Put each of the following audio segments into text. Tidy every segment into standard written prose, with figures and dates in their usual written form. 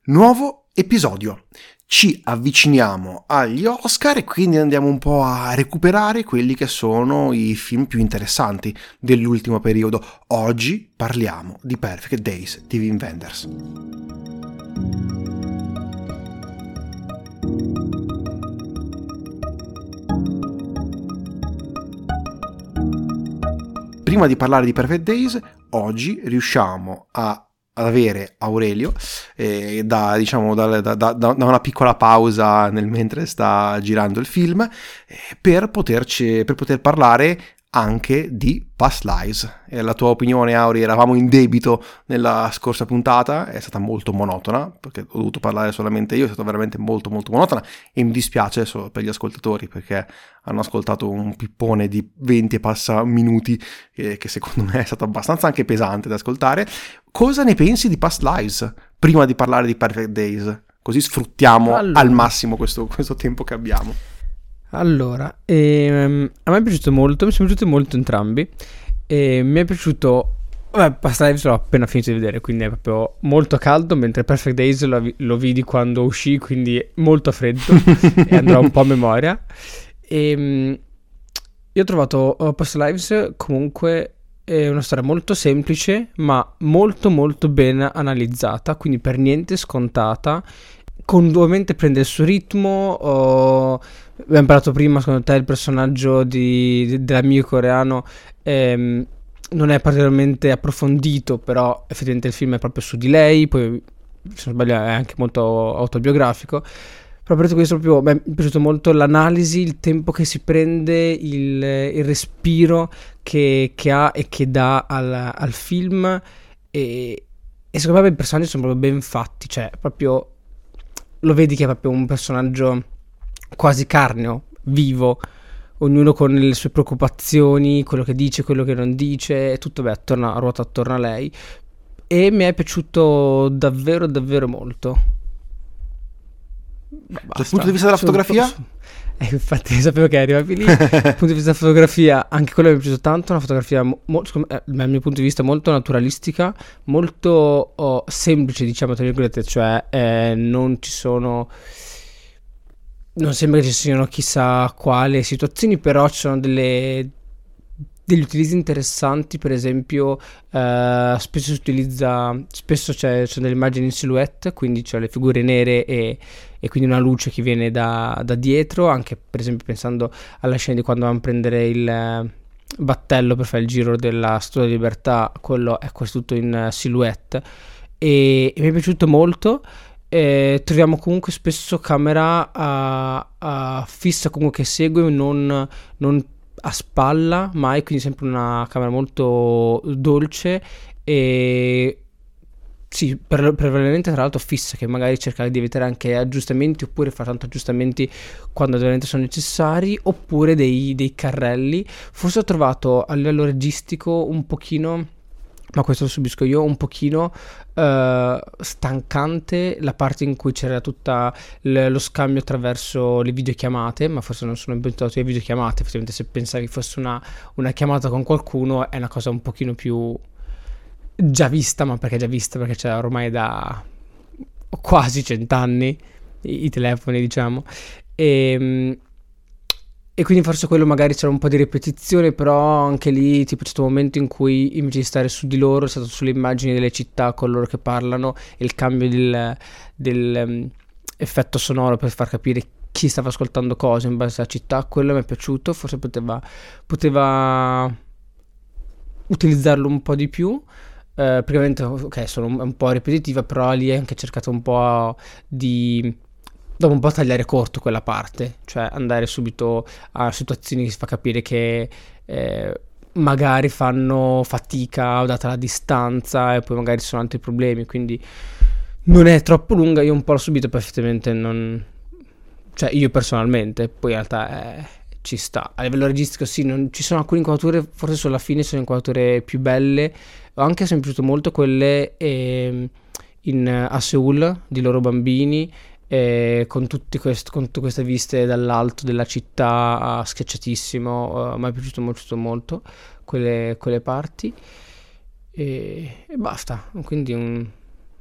Nuovo episodio. Ci avviciniamo agli Oscar e quindi andiamo un po' a recuperare quelli che sono i film più interessanti dell'ultimo periodo. Oggi parliamo di Perfect Days di Wim Wenders. Prima di parlare di Perfect Days, oggi riusciamo ad avere Aurelio da una piccola pausa mentre sta girando il film per poter parlare anche di Past Lives. La tua opinione, Auri? Eravamo in debito nella scorsa puntata, è stata molto monotona perché ho dovuto parlare solamente io, è stata veramente molto molto monotona e mi dispiace solo per gli ascoltatori perché hanno ascoltato un pippone di 20 e passa minuti che secondo me è stato abbastanza anche pesante da ascoltare. Cosa ne pensi di Past Lives prima di parlare di Perfect Days? Così sfruttiamo al massimo questo tempo che abbiamo. Allora, a me è piaciuto molto, mi sono piaciuti molto entrambi. Mi è piaciuto, Past Lives l'ho appena finito di vedere, quindi è proprio molto caldo, mentre Perfect Days lo vidi quando uscì, quindi molto freddo e andrò un po' a memoria. Io ho trovato Past Lives comunque è una storia molto semplice, ma molto molto ben analizzata, quindi per niente scontata. Ovviamente prende il suo ritmo. Abbiamo parlato prima, secondo te il personaggio dell'amico coreano non è particolarmente approfondito, però effettivamente il film è proprio su di lei, poi se non sbaglio è anche molto autobiografico. Però per tutto questo mi è piaciuto molto l'analisi, il tempo che si prende, il respiro che ha e che dà al film, e secondo me i personaggi sono proprio ben fatti, cioè proprio lo vedi che è proprio un personaggio quasi carneo, vivo, ognuno con le sue preoccupazioni, quello che dice, quello che non dice, tutto ruota attorno a lei, e mi è piaciuto davvero davvero molto. Dal punto di vista della fotografia? Infatti sapevo che arrivavi lì. Dal punto di vista della fotografia, anche quello mi è piaciuto tanto, una fotografia dal mio punto di vista molto naturalistica, molto semplice, diciamo tra virgolette, cioè non sembra che ci siano chissà quali situazioni, però ci sono degli utilizzi interessanti. Per esempio spesso c'è delle immagini in silhouette, quindi c'è le figure nere e quindi una luce che viene da dietro, anche per esempio pensando alla scena di quando vanno a prendere il battello per fare il giro della Statua di Libertà, quello è quasi tutto in silhouette, e mi è piaciuto molto. Troviamo comunque spesso camera fissa, comunque che segue, non a spalla mai, quindi sempre una camera molto dolce e sì, prevalentemente tra l'altro fissa, che magari cerca di evitare anche aggiustamenti, oppure fa tanto aggiustamenti quando veramente sono necessari, oppure dei carrelli. Forse ho trovato a livello registico un pochino, ma questo lo subisco io, un pochino stancante la parte in cui c'era tutta lo scambio attraverso le videochiamate, ma forse non sono abituato alle videochiamate. Effettivamente se pensavi fosse una chiamata con qualcuno è una cosa un pochino più già vista, ma perché c'è ormai da quasi 100 anni i telefoni, diciamo, e quindi forse quello magari c'era un po' di ripetizione, però anche lì tipo c'è stato un momento in cui invece di stare su di loro è stato sulle immagini delle città con loro che parlano, e il cambio del effetto sonoro per far capire chi stava ascoltando cosa in base alla città, quello mi è piaciuto. Forse poteva utilizzarlo un po' di più, perché ovviamente ok, sono un po' ripetitiva, però lì è anche cercato un po' di dopo un po' tagliare corto quella parte, cioè andare subito a situazioni che si fa capire che magari fanno fatica data la distanza, e poi magari ci sono altri problemi, quindi non è troppo lunga. Io un po' l'ho subito perfettamente, cioè io personalmente, poi in realtà ci sta. A livello registico sì, non ci sono alcune inquadrature, forse sulla fine sono inquadrature più belle, anche se mi è piaciuto molto quelle a Seoul di loro bambini, con tutte queste viste dall'alto della città, schiacciatissimo. Mi è piaciuto molto molto quelle parti, e basta. Quindi un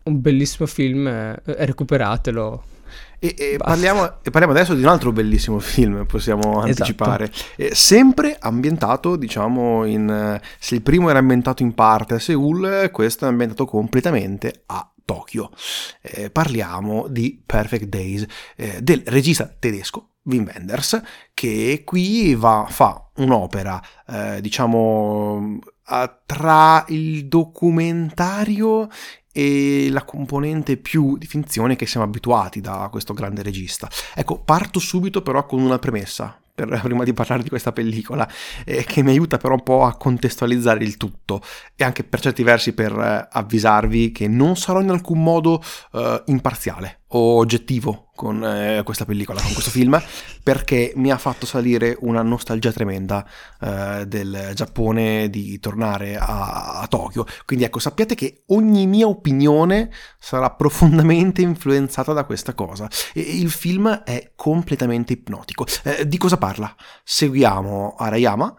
un bellissimo film, recuperatelo. Parliamo adesso di un altro bellissimo film, possiamo anticipare. Sempre ambientato, diciamo, se il primo era ambientato in parte a Seoul, questo è ambientato completamente a Tokyo. Parliamo di Perfect Days, del regista tedesco Wim Wenders, che qui fa un'opera, diciamo, tra il documentario e la componente più di finzione che siamo abituati da questo grande regista. Ecco, parto subito però con una premessa, prima di parlare di questa pellicola, che mi aiuta però un po' a contestualizzare il tutto e anche per certi versi per avvisarvi che non sarò in alcun modo imparziale o oggettivo con questa pellicola, con questo film, perché mi ha fatto salire una nostalgia tremenda del Giappone, di tornare a Tokyo. Quindi ecco, sappiate che ogni mia opinione sarà profondamente influenzata da questa cosa, e il film è completamente ipnotico. Di cosa parla? Seguiamo Arayama,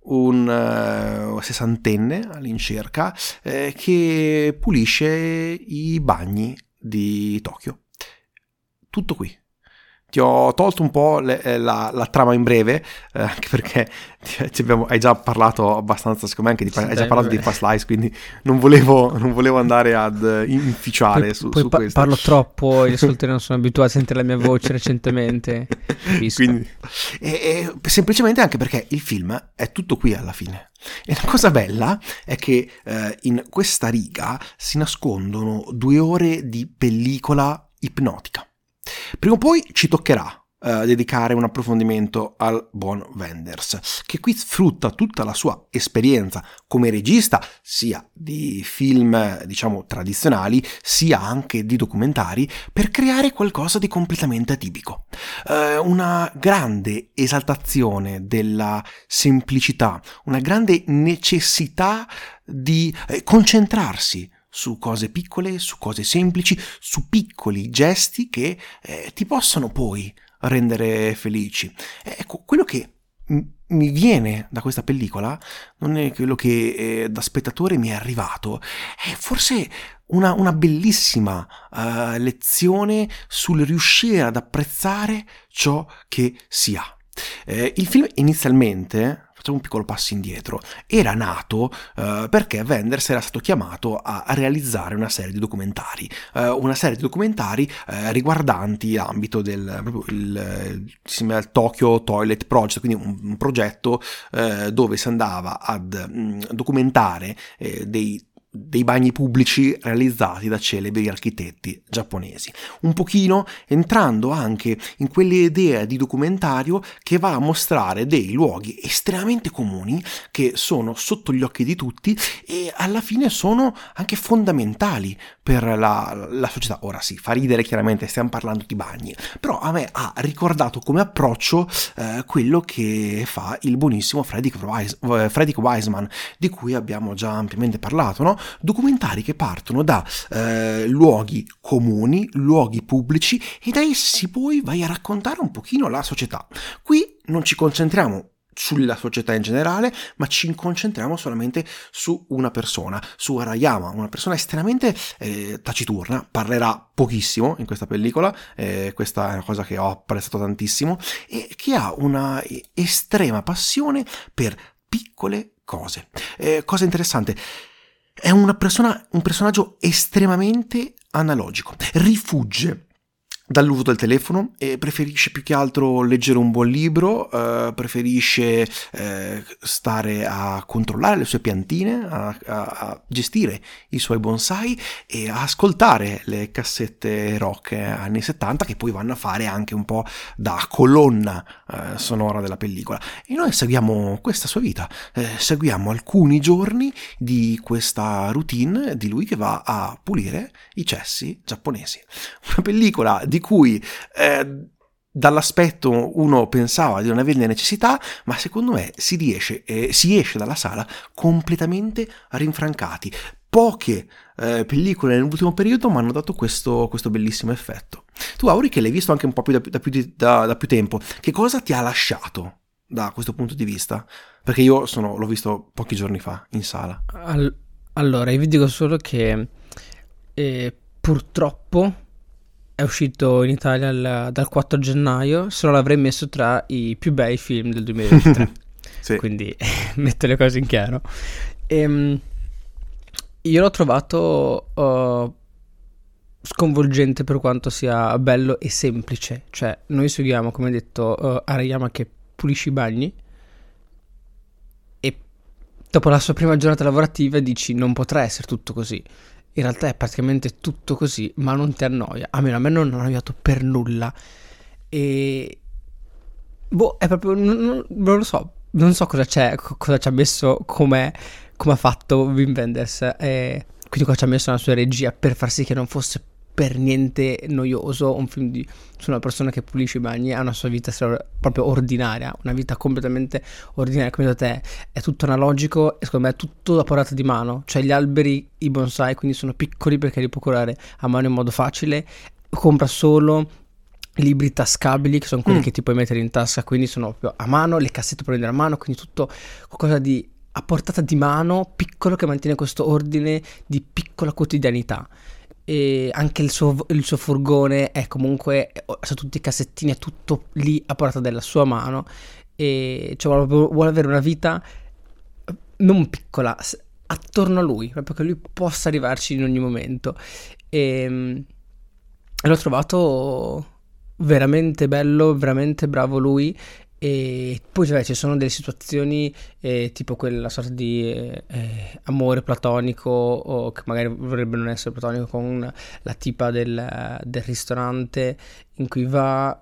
un sessantenne all'incirca, che pulisce i bagni di Tokyo. Tutto qui. Ti ho tolto un po' la trama in breve, anche perché hai già parlato abbastanza, secondo me, anche hai già parlato di Past Lives, quindi non volevo andare ad inficiare su questo. Parlo troppo, gli ascoltatori non sono abituati a sentire la mia voce recentemente. Quindi, semplicemente anche perché il film è tutto qui alla fine. E la cosa bella è che in questa riga si nascondono 2 ore di pellicola ipnotica. Prima o poi ci toccherà dedicare un approfondimento al buon Wenders, che qui sfrutta tutta la sua esperienza come regista, sia di film, diciamo, tradizionali, sia anche di documentari, per creare qualcosa di completamente atipico. Una grande esaltazione della semplicità, una grande necessità di concentrarsi su cose piccole, su cose semplici, su piccoli gesti che ti possono poi rendere felici. Ecco, quello che mi viene da questa pellicola non è quello che da spettatore mi è arrivato, è forse una bellissima lezione sul riuscire ad apprezzare ciò che si ha. Il film inizialmente, facciamo un piccolo passo indietro, era nato perché Wenders era stato chiamato a realizzare una serie di documentari, riguardanti l'ambito il Tokyo Toilet Project, quindi un progetto dove si andava ad documentare dei bagni pubblici realizzati da celebri architetti giapponesi, un pochino entrando anche in quell'idea di documentario che va a mostrare dei luoghi estremamente comuni che sono sotto gli occhi di tutti e alla fine sono anche fondamentali per la società. Ora sì, fa ridere, chiaramente stiamo parlando di bagni, però a me ha ricordato come approccio quello che fa il buonissimo Frederick Wiseman, di cui abbiamo già ampiamente parlato, no? Documentari che partono da luoghi comuni, luoghi pubblici, e da essi poi vai a raccontare un pochino la società. Qui non ci concentriamo sulla società in generale, ma ci concentriamo solamente su una persona, su Arayama, una persona estremamente taciturna, parlerà pochissimo in questa pellicola, questa è una cosa che ho apprezzato tantissimo, e che ha una estrema passione per piccole cose. Cosa interessante, è un personaggio estremamente analogico, rifugge dall'uso del telefono e preferisce più che altro leggere un buon libro, preferisce stare a controllare le sue piantine, a gestire i suoi bonsai e a ascoltare le cassette rock anni 70, che poi vanno a fare anche un po' da colonna sonora della pellicola. E noi seguiamo questa sua vita, seguiamo alcuni giorni di questa routine di lui che va a pulire i cessi giapponesi. Una pellicola di cui dall'aspetto uno pensava di non averne necessità, ma secondo me si esce dalla sala completamente rinfrancati. Poche pellicole nell'ultimo periodo mi hanno dato questo bellissimo effetto. Tu, Auri, che l'hai visto anche un po' più da più tempo, che cosa ti ha lasciato da questo punto di vista? Perché io l'ho visto pochi giorni fa in sala. Allora, io vi dico solo che purtroppo è uscito in Italia dal 4 gennaio, se no l'avrei messo tra i più bei film del 2023. Sì. Quindi metto le cose in chiaro. Io l'ho trovato sconvolgente per quanto sia bello e semplice. Cioè, noi seguiamo, come detto, Arayama che pulisce i bagni e dopo la sua prima giornata lavorativa dici non potrà essere tutto così. In realtà è praticamente tutto così, ma non ti annoia. Almeno a me non ha annoiato per nulla. E è proprio non lo so. Non so cosa c'è, cosa ci ha messo, come ha fatto Wim Wenders, quindi cosa ci ha messo nella sua regia per far sì che non fosse per niente noioso un film su una persona che pulisce i bagni, ha una sua vita proprio ordinaria, una vita completamente ordinaria, come da te, è tutto analogico e secondo me è tutto a portata di mano, cioè gli alberi, i bonsai, quindi sono piccoli perché li può curare a mano in modo facile, compra solo libri tascabili che sono quelli che ti puoi mettere in tasca, quindi sono proprio a mano, le cassette puoi prendere a mano, quindi tutto qualcosa di a portata di mano, piccolo, che mantiene questo ordine di piccola quotidianità. E anche il suo furgone è comunque, su tutti i cassettini, è tutto lì a portata della sua mano, e cioè vuole avere una vita non piccola attorno a lui, proprio che lui possa arrivarci in ogni momento, e l'ho trovato veramente bello, veramente bravo lui. E poi ci sono delle situazioni tipo quella sorta di amore platonico, o che magari vorrebbe non essere platonico, con la tipa del ristorante in cui va,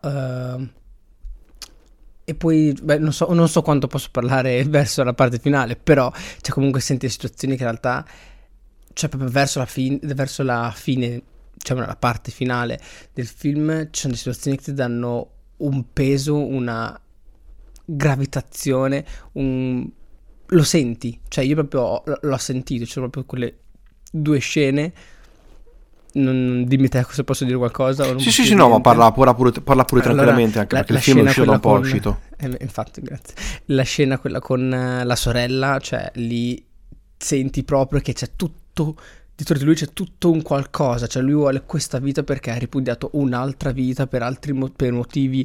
e poi non so quanto posso parlare verso la parte finale, però c'è comunque senti situazioni che in realtà, cioè proprio verso la fine, cioè la parte finale del film, ci sono delle situazioni che ti danno un peso, una gravitazione, lo senti, cioè io proprio l'ho sentito, c'erano proprio quelle due scene. Dimmi te se posso dire qualcosa o non sì, no, ma parla pure tranquillamente, anche perché il film è uscito da un po', infatti, grazie. La scena quella con la sorella, cioè lì senti proprio che c'è tutto dietro di lui, c'è tutto un qualcosa, cioè lui vuole questa vita perché ha ripudiato un'altra vita per altri per motivi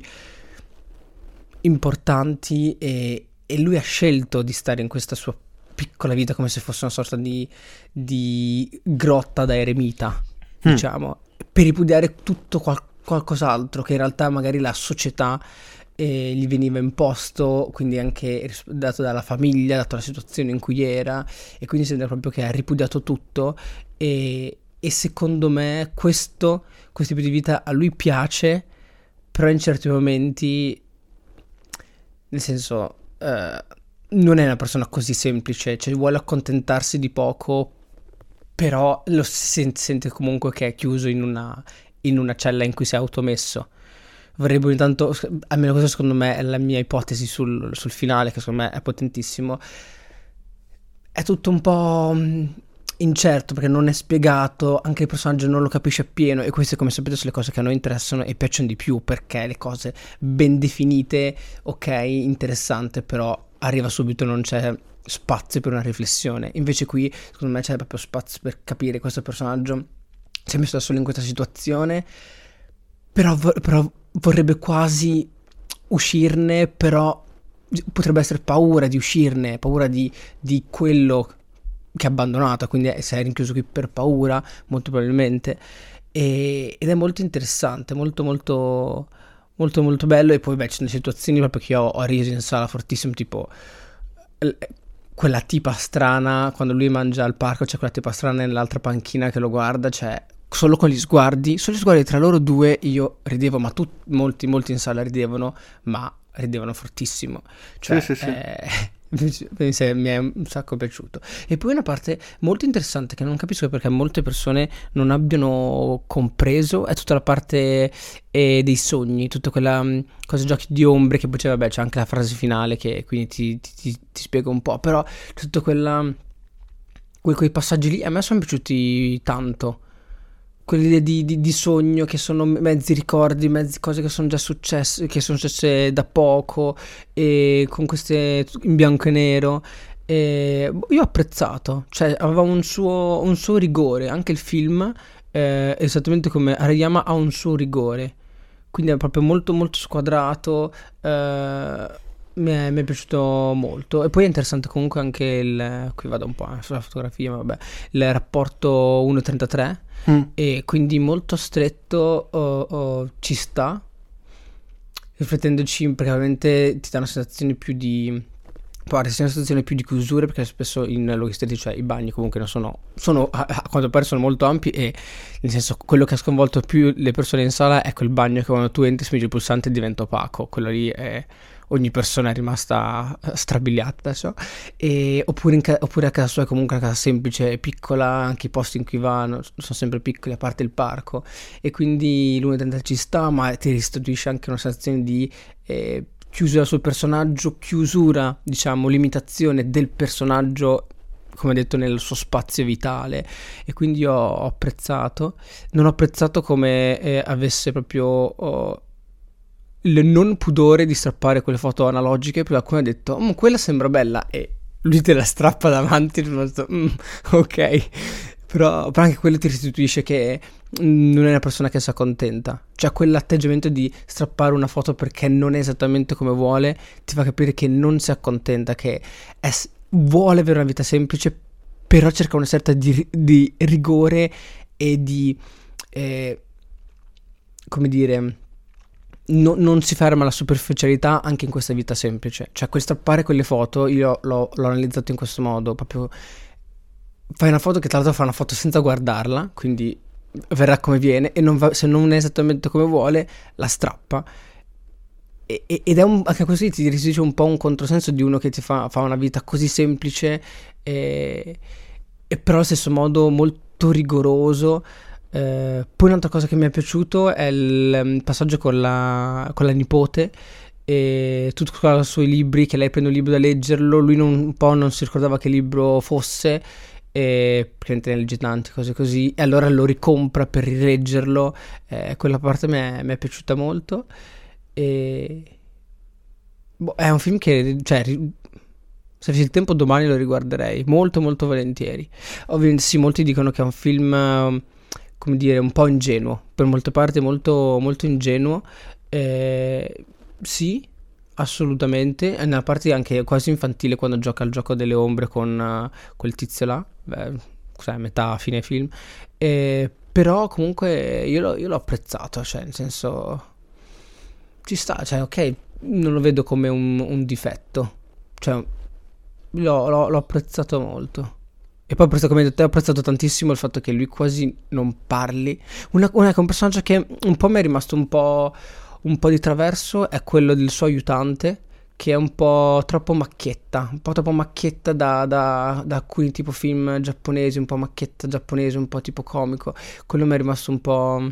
importanti, e lui ha scelto di stare in questa sua piccola vita come se fosse una sorta di grotta da eremita, diciamo, per ripudiare tutto qualcos'altro che in realtà magari la società gli veniva imposto, quindi anche dato dalla famiglia, dato la situazione in cui era, e quindi sembra proprio che ha ripudiato tutto, e secondo me questo tipo di vita a lui piace, però in certi momenti, nel senso, non è una persona così semplice, cioè vuole accontentarsi di poco, però lo sente comunque che è chiuso in una cella in cui si è automesso. Vorrebbe ogni tanto, almeno questo secondo me è la mia ipotesi sul finale, che secondo me è potentissimo, è tutto un po' incerto perché non è spiegato, anche il personaggio non lo capisce appieno, e queste, come sapete, sono le cose che a noi interessano e piacciono di più, perché le cose ben definite, ok, interessante, però arriva subito, non c'è spazio per una riflessione. Invece qui secondo me c'è proprio spazio per capire questo personaggio si è messo da solo in questa situazione, però vorrebbe quasi uscirne, però potrebbe essere paura di uscirne, paura di quello che ha abbandonato, quindi si è rinchiuso qui per paura, molto probabilmente, ed è molto interessante, molto molto molto molto bello. E poi ci sono situazioni proprio che io ho riso in sala fortissimo, tipo quella tipa strana quando lui mangia al parco, c'è quella tipa strana nell'altra panchina che lo guarda, cioè solo con gli sguardi tra loro due io ridevo, ma molti in sala ridevano, ma ridevano fortissimo, cioè sì. mi è un sacco piaciuto. E poi una parte molto interessante che non capisco perché molte persone non abbiano compreso è tutta la parte dei sogni, tutta quella cosa, giochi di ombre, che poi c'è anche la frase finale che quindi ti spiego un po', però tutto quei passaggi lì a me sono piaciuti tanto, quelle di sogno che sono mezzi ricordi, mezzi cose che sono già successe, che sono successe da poco, e con queste in bianco e nero. E io ho apprezzato, cioè aveva un suo rigore, anche il film esattamente come Arayama ha un suo rigore, quindi è proprio molto molto squadrato. Mi è piaciuto molto. E poi è interessante comunque anche qui vado un po' sulla fotografia, ma vabbè, il rapporto 1:33, e quindi molto stretto, ci sta, riflettendoci, perché ovviamente ti dà una sensazione più di, pare sia una situazione più di chiusure, perché spesso in luoghi stretti, cioè i bagni comunque non sono a quanto pare sono molto ampi, e nel senso quello che ha sconvolto più le persone in sala è quel bagno che quando tu entri spingi il pulsante diventa opaco, quello lì è, ogni persona è rimasta strabiliata adesso. Oppure a casa sua è comunque una casa semplice e piccola, anche i posti in cui vanno sono sempre piccoli a parte il parco, e quindi l'1.30 ci sta, ma ti restituisce anche una sensazione di chiusura sul personaggio, chiusura, diciamo, limitazione del personaggio, come detto, nel suo spazio vitale. E quindi ho apprezzato. Non ho apprezzato come avesse proprio il non pudore di strappare quelle foto analogiche, perché qualcuno ha detto quella sembra bella, e lui te la strappa davanti, ok. Però anche quello ti restituisce che non è una persona che si accontenta. Cioè quell'atteggiamento di strappare una foto perché non è esattamente come vuole ti fa capire che non si accontenta, che vuole avere una vita semplice, però cerca una certa di rigore e di come dire, non si ferma alla superficialità anche in questa vita semplice. Cioè quel strappare quelle foto io l'ho analizzato in questo modo, proprio fai una foto che tra l'altro fa una foto senza guardarla, quindi verrà come viene, e se non è esattamente come vuole la strappa, ed è anche così ti restituisce un po' un controsenso di uno che ti fa una vita così semplice, e però allo stesso modo molto rigoroso. Poi un'altra cosa che mi è piaciuto è il passaggio con la nipote, e tutto con i suoi libri, che lei prende un libro da leggerlo, lui un po' non si ricordava che libro fosse, e prende ne legge tanti, cose così, e allora lo ricompra per rileggerlo. Quella parte mi è piaciuta molto, e è un film che, cioè, se avessi il tempo domani lo riguarderei molto molto volentieri. Ovviamente sì, molti dicono che è un film come dire un po' ingenuo, per molte parti molto molto ingenuo. Sì, assolutamente. È una parte anche quasi infantile, quando gioca al gioco delle ombre con quel tizio là, cos'è, metà fine film. Però comunque io l'ho apprezzato, cioè nel senso ci sta, cioè ok, non lo vedo come un difetto, cioè l'ho apprezzato molto. E poi come hai detto, ho apprezzato tantissimo il fatto che lui quasi non parli. Un personaggio che un po' mi è rimasto un po' di traverso è quello del suo aiutante, che è un po' troppo macchietta, un po' troppo macchietta da alcuni tipo film giapponesi, un po' macchietta giapponese, un po' tipo comico. Quello mi è rimasto un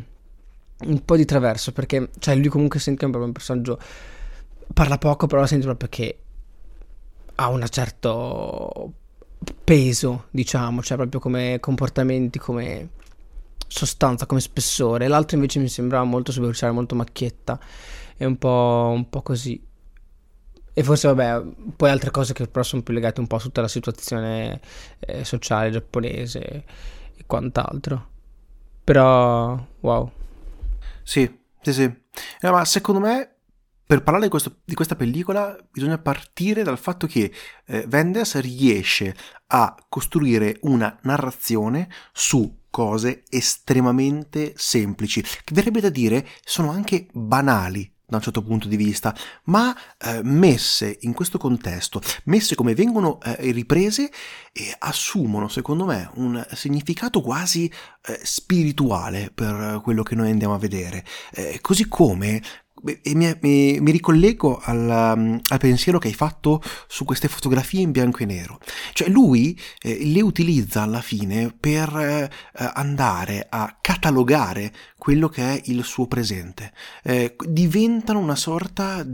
po' di traverso, perché cioè lui comunque senti che è proprio un personaggio, parla poco, però senti proprio che ha un certo peso, diciamo, cioè proprio come comportamenti, come sostanza, come spessore. L'altro invece mi sembrava molto superficiale, molto macchietta, è un po' così. E forse vabbè, poi altre cose che però sono più legate un po' a tutta la situazione sociale giapponese e quant'altro. Però wow. Sì. Ma secondo me, per parlare di questa pellicola bisogna partire dal fatto che Wenders riesce a costruire una narrazione su cose estremamente semplici, che verrebbe da dire sono anche banali da un certo punto di vista, ma messe in questo contesto, messe come vengono riprese, assumono secondo me un significato quasi spirituale per quello che noi andiamo a vedere, così come. E mi ricollego al pensiero che hai fatto su queste fotografie in bianco e nero. Cioè lui le utilizza alla fine per andare a catalogare quello che è il suo presente. Diventano una sorta di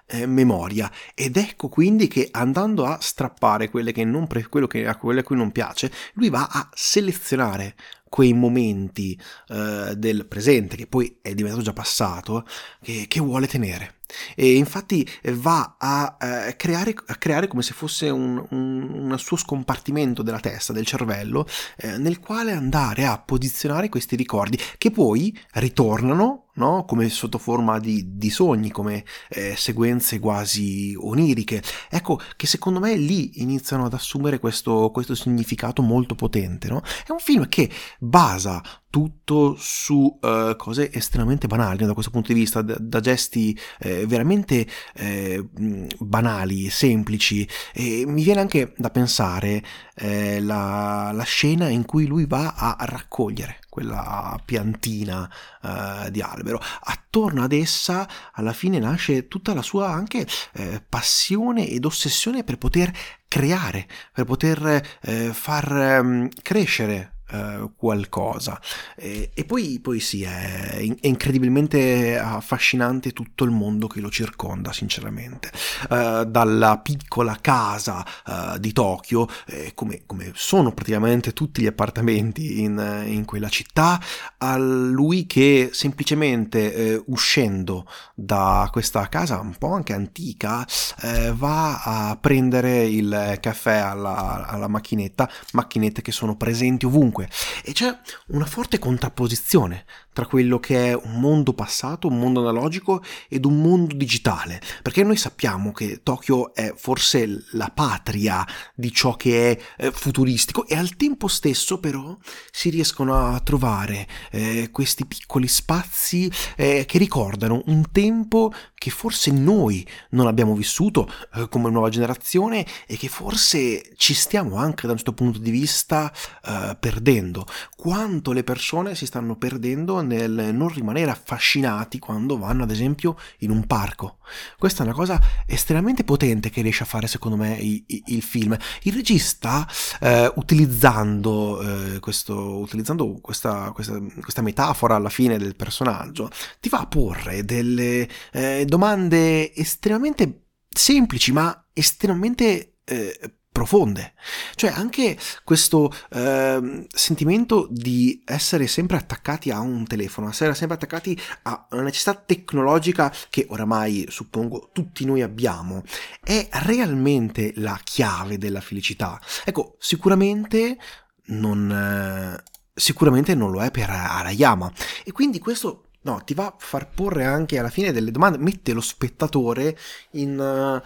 memoria, ed ecco quindi che andando a strappare quelle che non quelle a cui non piace, lui va a selezionare quei momenti del presente, che poi è diventato già passato, che vuole tenere. E infatti va a creare come se fosse un suo scompartimento della testa, del cervello, nel quale andare a posizionare questi ricordi che poi ritornano, no? Come sotto forma di sogni, come sequenze quasi oniriche. Ecco che secondo me lì iniziano ad assumere questo significato molto potente, no? È un film che basa tutto su cose estremamente banali, no? Da questo punto di vista, da gesti veramente banali, semplici, e mi viene anche da pensare la scena in cui lui va a raccogliere quella piantina di albero. Attorno ad essa alla fine nasce tutta la sua anche passione ed ossessione per poter creare, per poter far crescere qualcosa, e poi sì, è incredibilmente affascinante tutto il mondo che lo circonda, sinceramente, dalla piccola casa di Tokyo, come sono praticamente tutti gli appartamenti in quella città, a lui che semplicemente uscendo da questa casa un po' anche antica va a prendere il caffè alla macchinette che sono presenti ovunque. E c'è una forte contrapposizione tra quello che è un mondo passato, un mondo analogico, ed un mondo digitale, perché noi sappiamo che Tokyo è forse la patria di ciò che è futuristico, e al tempo stesso però si riescono a trovare questi piccoli spazi che ricordano un tempo che forse noi non abbiamo vissuto come nuova generazione, e che forse ci stiamo anche da un certo punto di vista perdendo. Quanto le persone si stanno perdendo nel non rimanere affascinati quando vanno ad esempio in un parco. Questa è una cosa estremamente potente che riesce a fare secondo me il film. Il regista utilizzando questa metafora alla fine del personaggio ti va a porre delle domande estremamente semplici ma estremamente profonde. Cioè anche questo sentimento di essere sempre attaccati a un telefono, essere sempre attaccati a una necessità tecnologica che oramai suppongo tutti noi abbiamo, è realmente la chiave della felicità? Ecco, sicuramente non lo è per Arayama, e quindi questo ti va a far porre anche alla fine delle domande, mette lo spettatore in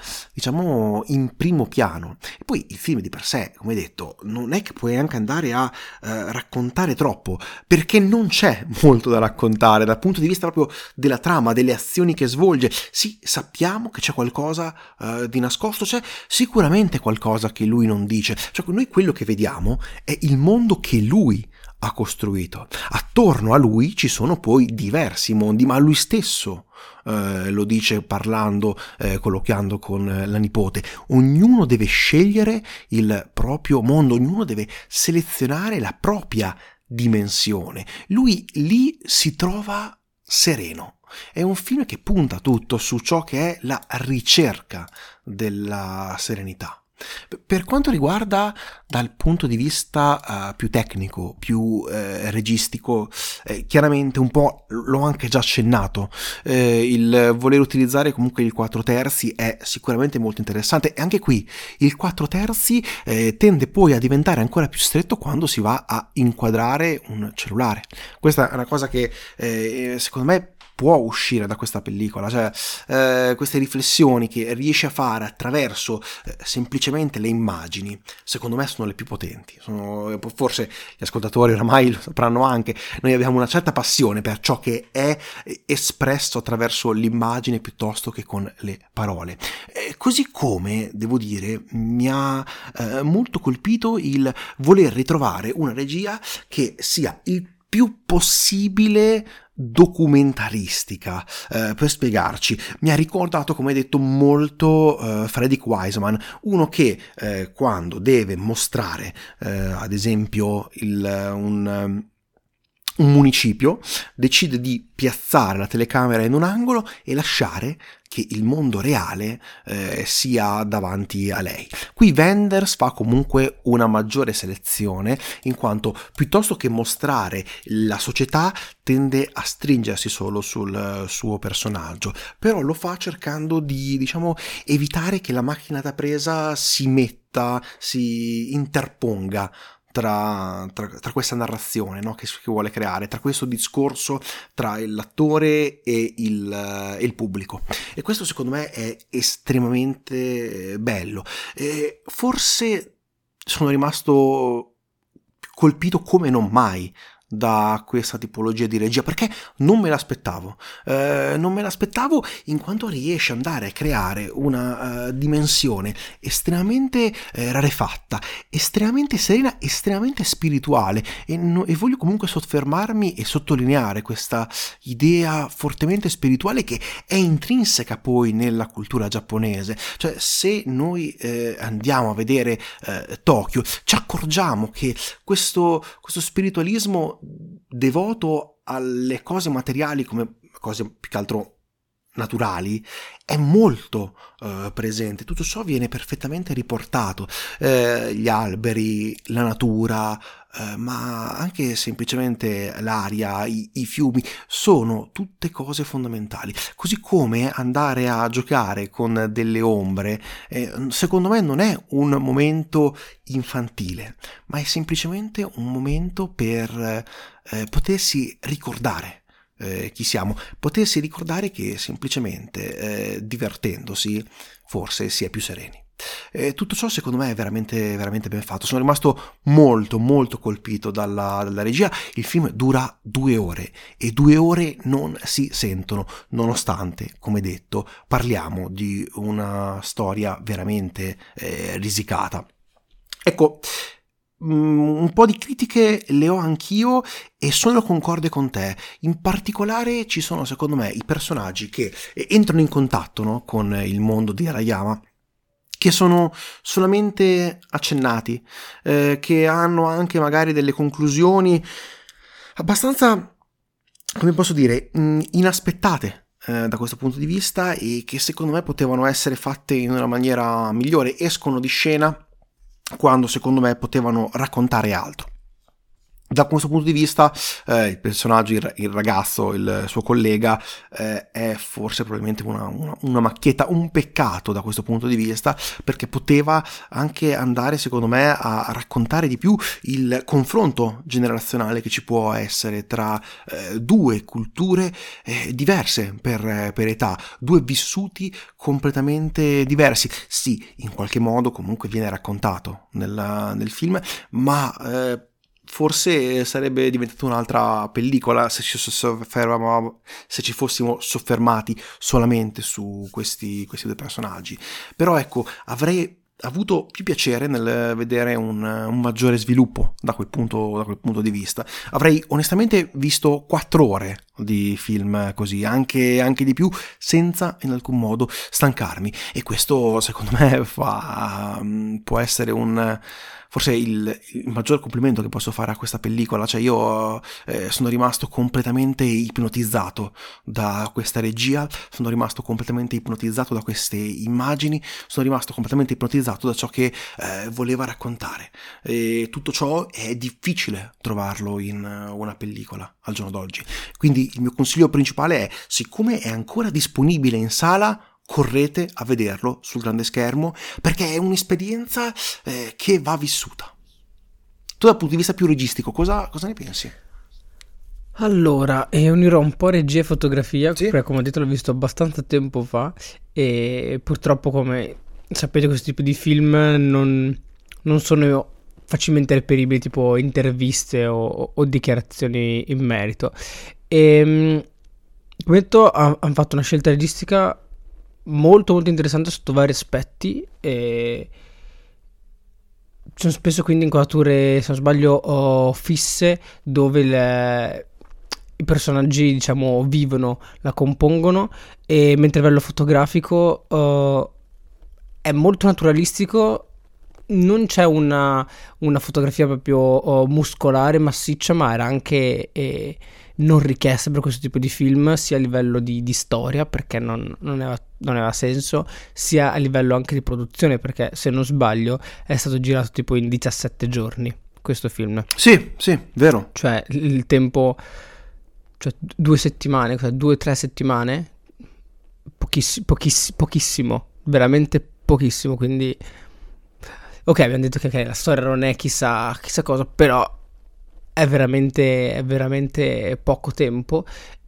primo piano. E poi il film di per sé, come detto, non è che puoi anche andare a raccontare troppo, perché non c'è molto da raccontare dal punto di vista proprio della trama, delle azioni che svolge. Sì, sappiamo che c'è qualcosa di nascosto, c'è sicuramente qualcosa che lui non dice, cioè noi quello che vediamo è il mondo che lui ha costruito. Attorno a lui ci sono poi diversi mondi, ma lui stesso lo dice parlando, colloquiando con la nipote. Ognuno deve scegliere il proprio mondo, ognuno deve selezionare la propria dimensione. Lui lì si trova sereno. È un film che punta tutto su ciò che è la ricerca della serenità. Per quanto riguarda dal punto di vista più tecnico, più registico, chiaramente un po' l'ho anche già accennato, il voler utilizzare comunque il 4/3 è sicuramente molto interessante, e anche qui il 4/3 tende poi a diventare ancora più stretto quando si va a inquadrare un cellulare. Questa è una cosa che secondo me può uscire da questa pellicola, cioè queste riflessioni che riesce a fare attraverso semplicemente le immagini, secondo me sono le più potenti. Forse gli ascoltatori oramai lo sapranno anche, noi abbiamo una certa passione per ciò che è espresso attraverso l'immagine piuttosto che con le parole. Così come, devo dire, mi ha molto colpito il voler ritrovare una regia che sia il più possibile documentaristica. Per spiegarci, mi ha ricordato, come hai detto, molto Frederick Wiseman, uno che quando deve mostrare ad esempio un municipio decide di piazzare la telecamera in un angolo e lasciare che il mondo reale sia davanti a lei. Qui Wenders fa comunque una maggiore selezione, in quanto piuttosto che mostrare la società tende a stringersi solo sul suo personaggio, però lo fa cercando di, diciamo, evitare che la macchina da presa si interponga tra questa narrazione, no, che vuole creare, tra questo discorso tra l'attore e il pubblico. E questo secondo me è estremamente bello. Forse sono rimasto colpito come non mai da questa tipologia di regia, perché non me l'aspettavo in quanto riesce ad andare a creare una dimensione estremamente rarefatta, estremamente serena, estremamente spirituale, e voglio comunque soffermarmi e sottolineare questa idea fortemente spirituale che è intrinseca poi nella cultura giapponese. Cioè, se noi andiamo a vedere Tokyo, ci accorgiamo che questo spiritualismo devoto alle cose materiali come cose più che altro naturali è molto presente. Tutto ciò viene perfettamente riportato, gli alberi, la natura, ma anche semplicemente l'aria, i fiumi, sono tutte cose fondamentali. Così come andare a giocare con delle ombre, secondo me non è un momento infantile, ma è semplicemente un momento per potersi ricordare chi siamo, potersi ricordare che semplicemente divertendosi forse si è più sereni. Tutto ciò secondo me è veramente, veramente ben fatto. Sono rimasto molto molto colpito dalla regia. Il film dura 2 ore e 2 ore non si sentono, nonostante, come detto, parliamo di una storia veramente risicata. Ecco, un po' di critiche le ho anch'io e sono concorde con te. In particolare ci sono, secondo me, i personaggi che entrano in contatto, no, con il mondo di Arayama, che sono solamente accennati, che hanno anche magari delle conclusioni abbastanza, come posso dire, inaspettate da questo punto di vista, e che secondo me potevano essere fatte in una maniera migliore. Escono di scena quando secondo me potevano raccontare altro. Da questo punto di vista il personaggio, il ragazzo, il suo collega, è forse probabilmente una macchietta, un peccato da questo punto di vista, perché poteva anche andare, secondo me, a raccontare di più il confronto generazionale che ci può essere tra due culture diverse per età, due vissuti completamente diversi. Sì, in qualche modo comunque viene raccontato nel film, ma forse sarebbe diventata un'altra pellicola se ci fossimo soffermati solamente su questi 2 personaggi. Però ecco, avrei avuto più piacere nel vedere un maggiore sviluppo da quel punto di vista. Avrei onestamente visto 4 ore di film così, anche di più, senza in alcun modo stancarmi, e questo secondo me può essere forse il maggior complimento che posso fare a questa pellicola. Cioè, io sono rimasto completamente ipnotizzato da questa regia, sono rimasto completamente ipnotizzato da queste immagini, sono rimasto completamente ipnotizzato da ciò che voleva raccontare, e tutto ciò è difficile trovarlo in una pellicola al giorno d'oggi. Quindi il mio consiglio principale è: siccome è ancora disponibile in sala, correte a vederlo sul grande schermo, perché è un'esperienza che va vissuta. Tu, dal punto di vista più registico, cosa ne pensi? Allora, unirò un po' regia e fotografia, Sì? perché come ho detto l'ho visto abbastanza tempo fa, e purtroppo, come sapete, questo tipo di film non sono facilmente reperibili, tipo interviste o dichiarazioni in merito. Come detto, hanno fatto una scelta registica molto molto interessante sotto vari aspetti, e ci sono spesso quindi inquadrature, se non sbaglio, fisse, dove i personaggi, diciamo, vivono, la compongono, e mentre a livello fotografico è molto naturalistico, non c'è una fotografia proprio muscolare, massiccia, ma era anche non richiesta per questo tipo di film, sia a livello di storia, perché non aveva senso, sia a livello anche di produzione, perché se non sbaglio è stato girato tipo in 17 giorni questo film. Sì, sì, vero. Cioè il tempo, cioè 2 settimane, 2 o 3 settimane, pochissimo, veramente pochissimo, quindi ok, abbiamo detto che ok, la storia non è chissà cosa, però è veramente poco tempo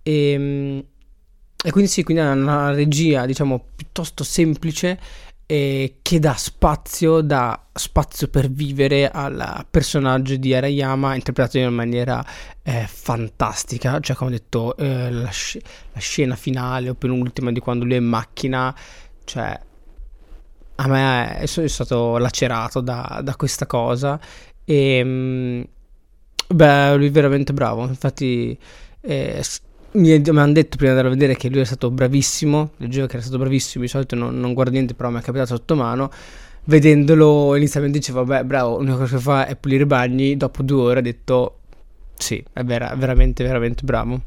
e quindi sì, quindi è una regia diciamo piuttosto semplice che dà spazio per vivere al personaggio di Arayama, interpretato in una maniera fantastica, cioè come ho detto la scena finale o penultima di quando lui è in macchina, cioè a me sono stato lacerato da questa cosa e beh, lui è veramente bravo, infatti mi hanno detto prima di andare a vedere che lui è stato bravissimo, leggevo che era stato bravissimo, di solito non guardo niente, però mi è capitato sotto mano, vedendolo inizialmente dicevo vabbè bravo, l'unica cosa che fa è pulire i bagni, dopo 2 ore ho detto sì, è veramente veramente bravo.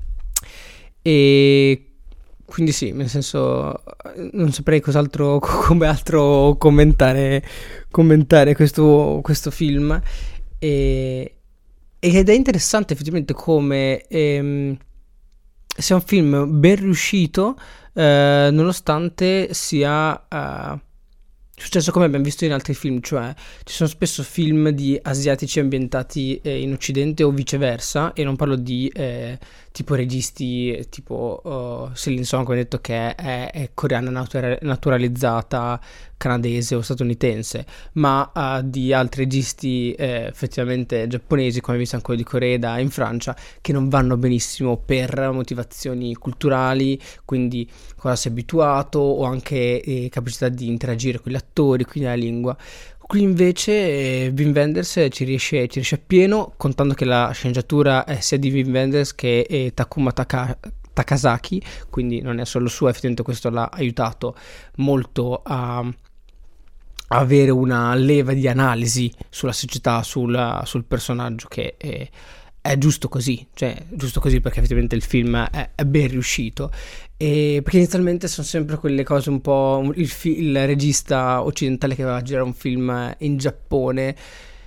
E quindi sì, nel senso non saprei cos'altro come altro commentare questo film ed è interessante effettivamente come sia un film ben riuscito nonostante sia successo come abbiamo visto in altri film, cioè ci sono spesso film di asiatici ambientati in Occidente o viceversa, e non parlo di tipo registi tipo Celine Song, come ho detto, che è coreana naturalizzata, canadese o statunitense, ma di altri registi effettivamente giapponesi, come abbiamo visto anche quello di Coreeda in Francia, che non vanno benissimo per motivazioni culturali, quindi cosa sei abituato o anche capacità di interagire con gli attori, quindi la lingua. Qui invece Wim Wenders ci riesce appieno, contando che la sceneggiatura è sia di Wim Wenders che Takuma Takasaki, quindi non è solo sua, effettivamente questo l'ha aiutato molto a avere una leva di analisi sulla società, sul personaggio, che è giusto così, cioè giusto così perché effettivamente il film è ben riuscito, e perché inizialmente sono sempre quelle cose un po' il regista occidentale che aveva girato un film in Giappone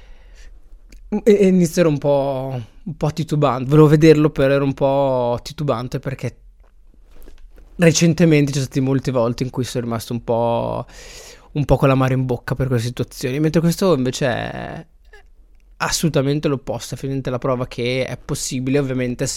e inizio ero un po' titubante, volevo vederlo però ero un po' titubante perché recentemente ci sono state molte volte in cui sono rimasto un po' con l'amaro in bocca per quelle situazioni, mentre questo invece è assolutamente l'opposto, è finalmente la prova che è possibile, ovviamente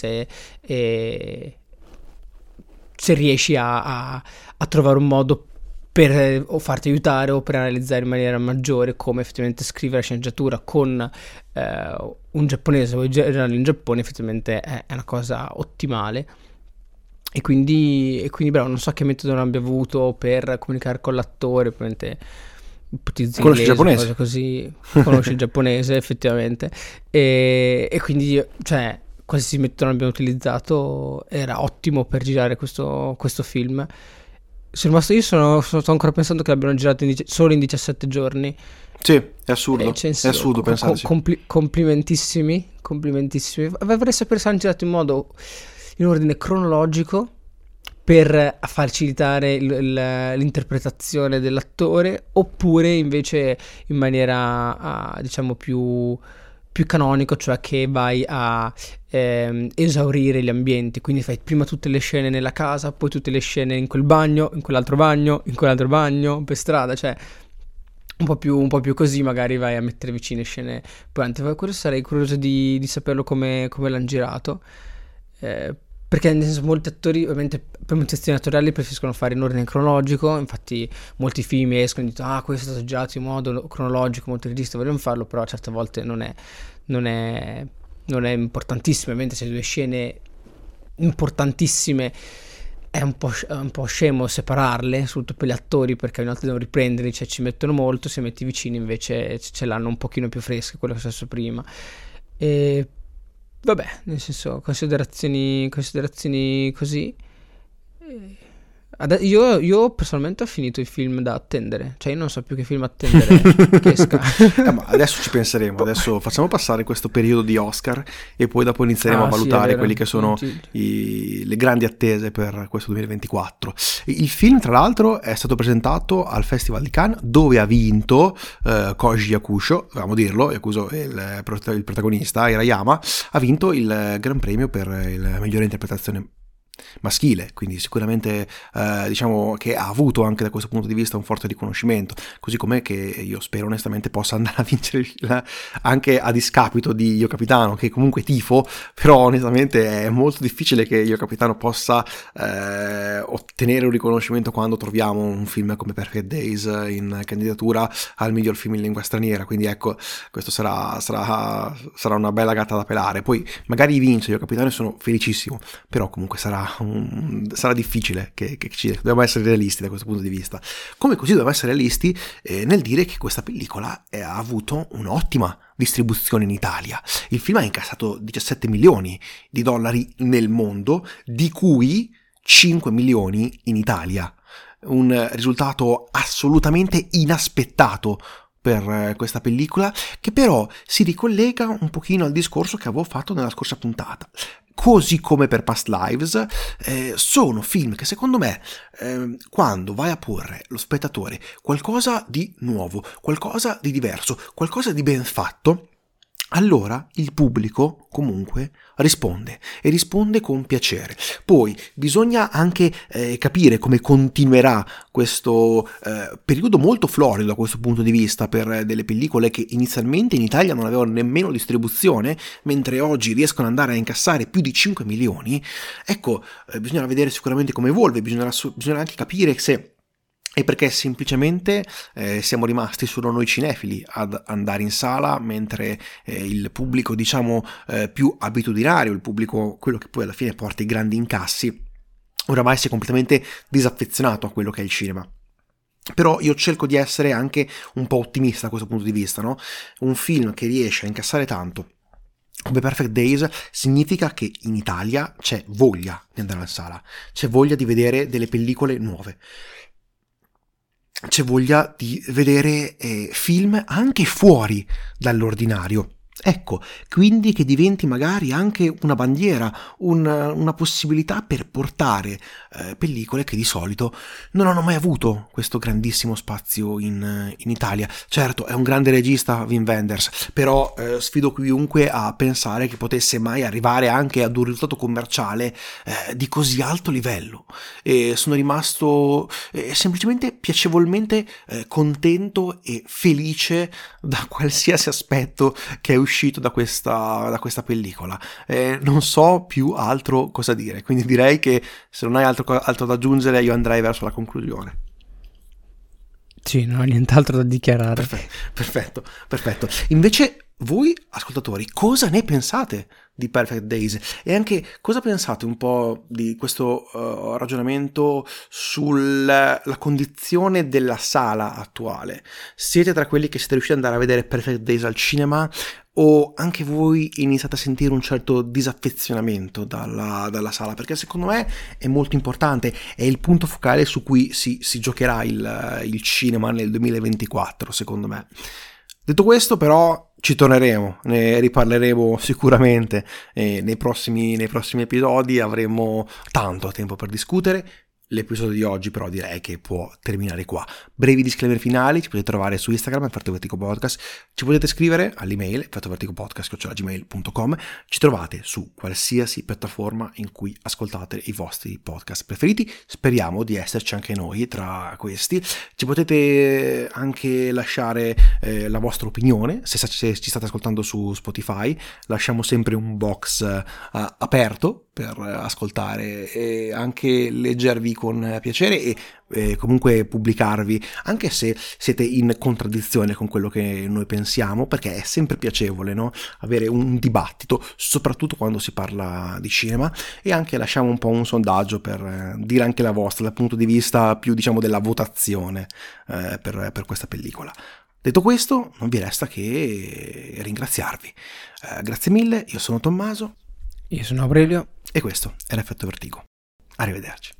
se riesci a trovare un modo per o farti aiutare o per analizzare in maniera maggiore come effettivamente scrivere la sceneggiatura con un giapponese o girare in Giappone, effettivamente è una cosa ottimale. E quindi bravo, non so che metodo non abbia avuto per comunicare con l'attore, probabilmente ipotizzi Conosci il inglese, giapponese? cose così, conosci il giapponese effettivamente, e quindi cioè qualsiasi metodo abbiamo utilizzato era ottimo per girare questo film. Sono rimasto, io sto ancora pensando che l'abbiano girato solo in 17 giorni. Sì, è assurdo, Cioè, è assurdo pensarci. complimentissimi. Vorrei sapere se hanno girato in ordine cronologico per facilitare l'interpretazione dell'attore, oppure invece in maniera diciamo più canonico, cioè che vai a esaurire gli ambienti, quindi fai prima tutte le scene nella casa, poi tutte le scene in quel bagno, in quell'altro bagno, per strada, cioè un po' più così, magari vai a mettere vicine scene poi anche. Quello sarei curioso di saperlo come l'hanno girato, perché nel senso molti attori ovviamente per motivazioni attoriali preferiscono fare in ordine cronologico, infatti molti film escono e dicono questo è stato girato in modo cronologico, molti registi vogliono farlo, però certe volte non è importantissimo, ovviamente se 2 scene importantissime è un po' scemo separarle, soprattutto per gli attori, perché ogni volta devono riprenderli, cioè ci mettono molto, se metti vicini invece ce l'hanno un pochino più fresche, quello che è successo prima. E vabbè, nel senso, considerazioni così. Io personalmente ho finito il film da attendere, cioè io non so più che film attendere che esca. Ma adesso ci penseremo, adesso facciamo passare questo periodo di Oscar e poi dopo inizieremo a Sì, è valutare vero. quelli che sono le grandi attese per questo 2024. Il film, tra l'altro, è stato presentato al Festival di Cannes, dove ha vinto Koji Yakusho, dovevamo dirlo, Yakuso è il protagonista, Hirayama, ha vinto il Gran Premio per la migliore interpretazione maschile, quindi sicuramente diciamo che ha avuto anche da questo punto di vista un forte riconoscimento, così come che io spero onestamente possa andare a vincere anche a discapito di Io Capitano, che comunque tifo, però onestamente è molto difficile che Io Capitano possa ottenere un riconoscimento quando troviamo un film come Perfect Days in candidatura al miglior film in lingua straniera, quindi ecco, questo sarà una bella gatta da pelare. Poi magari vince Io Capitano e sono felicissimo, però comunque sarà difficile che dobbiamo essere realisti da questo punto di vista, come così dobbiamo essere realisti nel dire che questa pellicola ha avuto un'ottima distribuzione in Italia. Il film ha incassato 17 milioni di dollari nel mondo, di cui 5 milioni in Italia, un risultato assolutamente inaspettato per questa pellicola, che però si ricollega un pochino al discorso che avevo fatto nella scorsa puntata. Così come per Past Lives, sono film che secondo me, quando vai a porre allo spettatore qualcosa di nuovo, qualcosa di diverso, qualcosa di ben fatto, allora il pubblico comunque risponde e risponde con piacere. Poi bisogna anche capire come continuerà questo periodo molto florido da questo punto di vista per delle pellicole che inizialmente in Italia non avevano nemmeno distribuzione, mentre oggi riescono ad andare a incassare più di 5 milioni. Ecco, bisognerà vedere sicuramente come evolve, bisognerà anche capire se è perché semplicemente siamo rimasti solo noi cinefili ad andare in sala, mentre il pubblico, diciamo, più abitudinario, il pubblico, quello che poi alla fine porta i grandi incassi, oramai si è completamente disaffezionato a quello che è il cinema. Però io cerco di essere anche un po' ottimista da questo punto di vista, no? Un film che riesce a incassare tanto come Perfect Days significa che in Italia c'è voglia di andare in sala, c'è voglia di vedere delle pellicole nuove, c'è voglia di vedere film anche fuori dall'ordinario. Ecco, quindi che diventi magari anche una bandiera, una possibilità per portare pellicole che di solito non hanno mai avuto questo grandissimo spazio in Italia. Certo, è un grande regista Wim Wenders, però sfido chiunque a pensare che potesse mai arrivare anche ad un risultato commerciale di così alto livello. E sono rimasto semplicemente piacevolmente contento e felice da qualsiasi aspetto che è uscito da questa pellicola. Non so più altro cosa dire, quindi direi che se non hai altro da aggiungere io andrei verso la conclusione. Sì, non ho nient'altro da dichiarare. Perfetto. Invece voi ascoltatori cosa ne pensate di Perfect Days e anche cosa pensate un po' di questo ragionamento sulla condizione della sala attuale? Siete tra quelli che siete riusciti ad andare a vedere Perfect Days al cinema o anche voi iniziate a sentire un certo disaffezionamento dalla sala? Perché secondo me è molto importante, è il punto focale su cui si giocherà il cinema nel 2024, secondo me. Detto questo, però, ci torneremo, ne riparleremo sicuramente nei prossimi episodi, avremo tanto tempo per discutere. L'episodio di oggi però direi che può terminare qua. Brevi disclaimer finali, ci potete trovare su Instagram Effetto Vertigo Podcast, ci potete scrivere all'email effettovertigopodcast@gmail.com, ci trovate su qualsiasi piattaforma in cui ascoltate i vostri podcast preferiti, speriamo di esserci anche noi tra questi. Ci potete anche lasciare la vostra opinione, se ci state ascoltando su Spotify, lasciamo sempre un box aperto per ascoltare e anche leggervi con piacere e comunque pubblicarvi anche se siete in contraddizione con quello che noi pensiamo, perché è sempre piacevole, no? Avere un dibattito, soprattutto quando si parla di cinema, e anche lasciamo un po' un sondaggio per dire anche la vostra dal punto di vista più, diciamo, della votazione per questa pellicola. Detto questo, non vi resta che ringraziarvi. Grazie mille, io sono Tommaso. Io sono Aurelio. E questo era Effetto Vertigo. Arrivederci.